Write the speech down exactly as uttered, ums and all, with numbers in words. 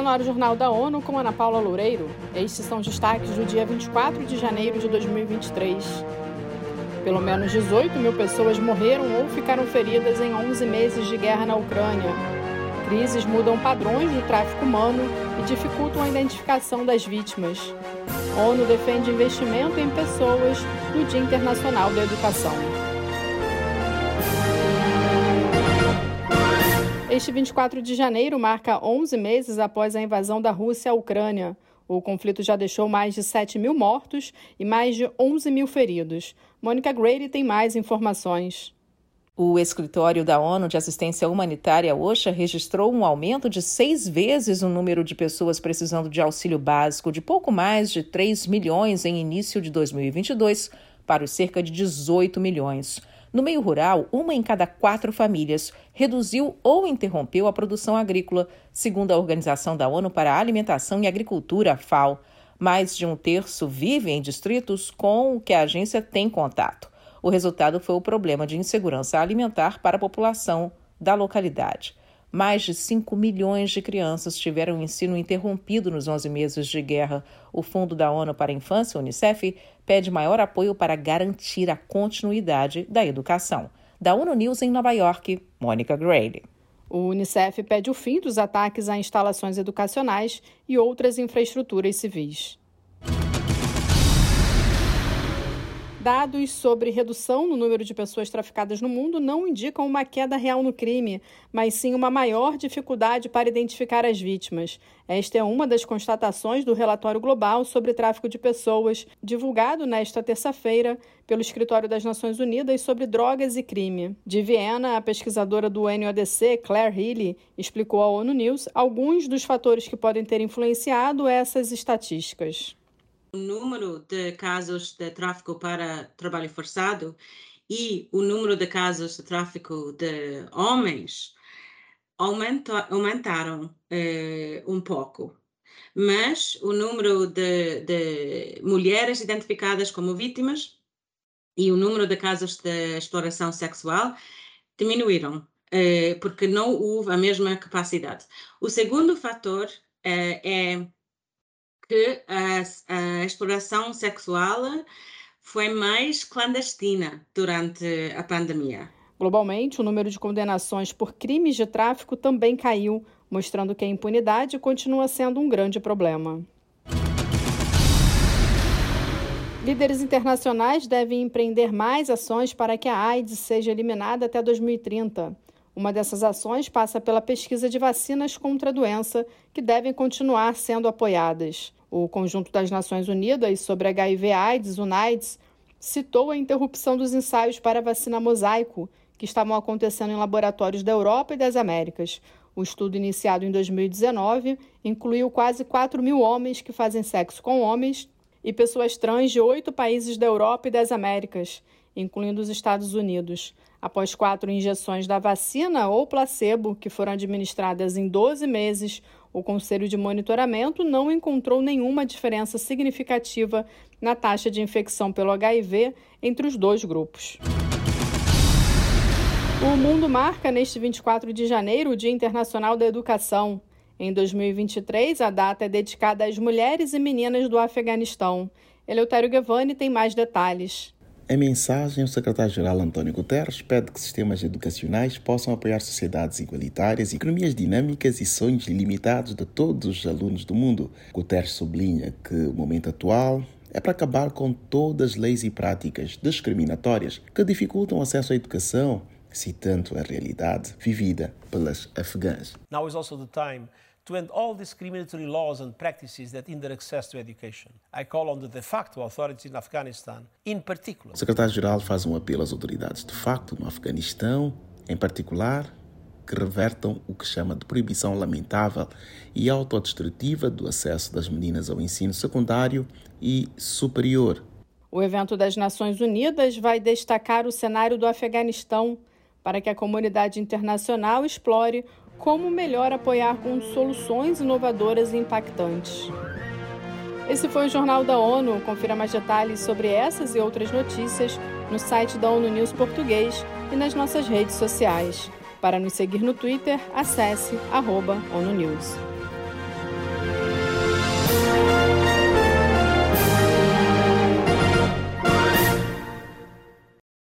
no ar o Jornal da ONU com Ana Paula Loureiro. Estes são os destaques do dia vinte e quatro de janeiro de dois mil e vinte e três. Pelo menos dezoito mil pessoas morreram ou ficaram feridas em onze meses de guerra na Ucrânia. Crises mudam padrões do tráfico humano e dificultam a identificação das vítimas. A ONU defende investimento em pessoas no Dia Internacional da Educação. Este vinte e quatro de janeiro marca onze meses após a invasão da Rússia à Ucrânia. O conflito já deixou mais de sete mil mortos e mais de onze mil feridos. Mônica Grady tem mais informações. O Escritório da ONU de Assistência Humanitária, OCHA, registrou um aumento de seis vezes o número de pessoas precisando de auxílio básico, de pouco mais de três milhões em início de dois mil e vinte e dois, para os cerca de dezoito milhões. No meio rural, uma em cada quatro famílias reduziu ou interrompeu a produção agrícola, segundo a Organização da ONU para a Alimentação e Agricultura, FAO. Mais de um terço vive em distritos com o que a agência tem contato. O resultado foi o problema de insegurança alimentar para a população da localidade. Mais de cinco milhões de crianças tiveram o ensino interrompido nos onze meses de guerra. O Fundo da ONU para a Infância, Unicef, pede maior apoio para garantir a continuidade da educação. Da ONU News em Nova York, Mônica Grady. O Unicef pede o fim dos ataques a instalações educacionais e outras infraestruturas civis. Dados sobre redução no número de pessoas traficadas no mundo não indicam uma queda real no crime, mas sim uma maior dificuldade para identificar as vítimas. Esta é uma das constatações do relatório global sobre tráfico de pessoas, divulgado nesta terça-feira pelo Escritório das Nações Unidas sobre Drogas e Crime. De Viena, a pesquisadora do N O D C, Claire Healy, explicou à ONU News alguns dos fatores que podem ter influenciado essas estatísticas. O número de casos de tráfico para trabalho forçado e o número de casos de tráfico de homens aumenta, aumentaram eh, um pouco, mas o número de, de mulheres identificadas como vítimas e o número de casos de exploração sexual diminuíram, eh, porque não houve a mesma capacidade. O segundo fator eh, é que a, a exploração sexual foi mais clandestina durante a pandemia. Globalmente, o número de condenações por crimes de tráfico também caiu, mostrando que a impunidade continua sendo um grande problema. Líderes internacionais devem empreender mais ações para que a AIDS seja eliminada até dois mil e trinta. Uma dessas ações passa pela pesquisa de vacinas contra a doença, que devem continuar sendo apoiadas. O Conjunto das Nações Unidas sobre H I V AIDS, UNAIDS, citou a interrupção dos ensaios para a vacina Mosaico, que estavam acontecendo em laboratórios da Europa e das Américas. O estudo, iniciado em dois mil e dezenove, incluiu quase quatro mil homens que fazem sexo com homens e pessoas trans de oito países da Europa e das Américas, incluindo os Estados Unidos. Após quatro injeções da vacina ou placebo, que foram administradas em doze meses, o Conselho de Monitoramento não encontrou nenhuma diferença significativa na taxa de infecção pelo H I V entre os dois grupos. O mundo marca neste vinte e quatro de janeiro o Dia Internacional da Educação. Em dois mil e vinte e três, a data é dedicada às mulheres e meninas do Afeganistão. Eleutério Gavani tem mais detalhes. Em mensagem, o secretário-geral António Guterres pede que sistemas educacionais possam apoiar sociedades igualitárias, economias dinâmicas e sonhos ilimitados de todos os alunos do mundo. Guterres sublinha que o momento atual é para acabar com todas as leis e práticas discriminatórias que dificultam o acesso à educação, citando a realidade vivida pelas afegãs. Now is also the time to end all discriminatory laws and practices that hinder access to education. I call on the de facto authorities in Afghanistan, in particular. O secretário-geral faz um apelo às autoridades de facto no Afeganistão, em particular, que revertam o que chama de proibição lamentável e autodestrutiva do acesso das meninas ao ensino secundário e superior. O evento das Nações Unidas vai destacar o cenário do Afeganistão para que a comunidade internacional explore como melhor apoiar com soluções inovadoras e impactantes. Esse foi o Jornal da ONU. Confira mais detalhes sobre essas e outras notícias no site da ONU News Português e nas nossas redes sociais. Para nos seguir no Twitter, acesse arroba ONU News.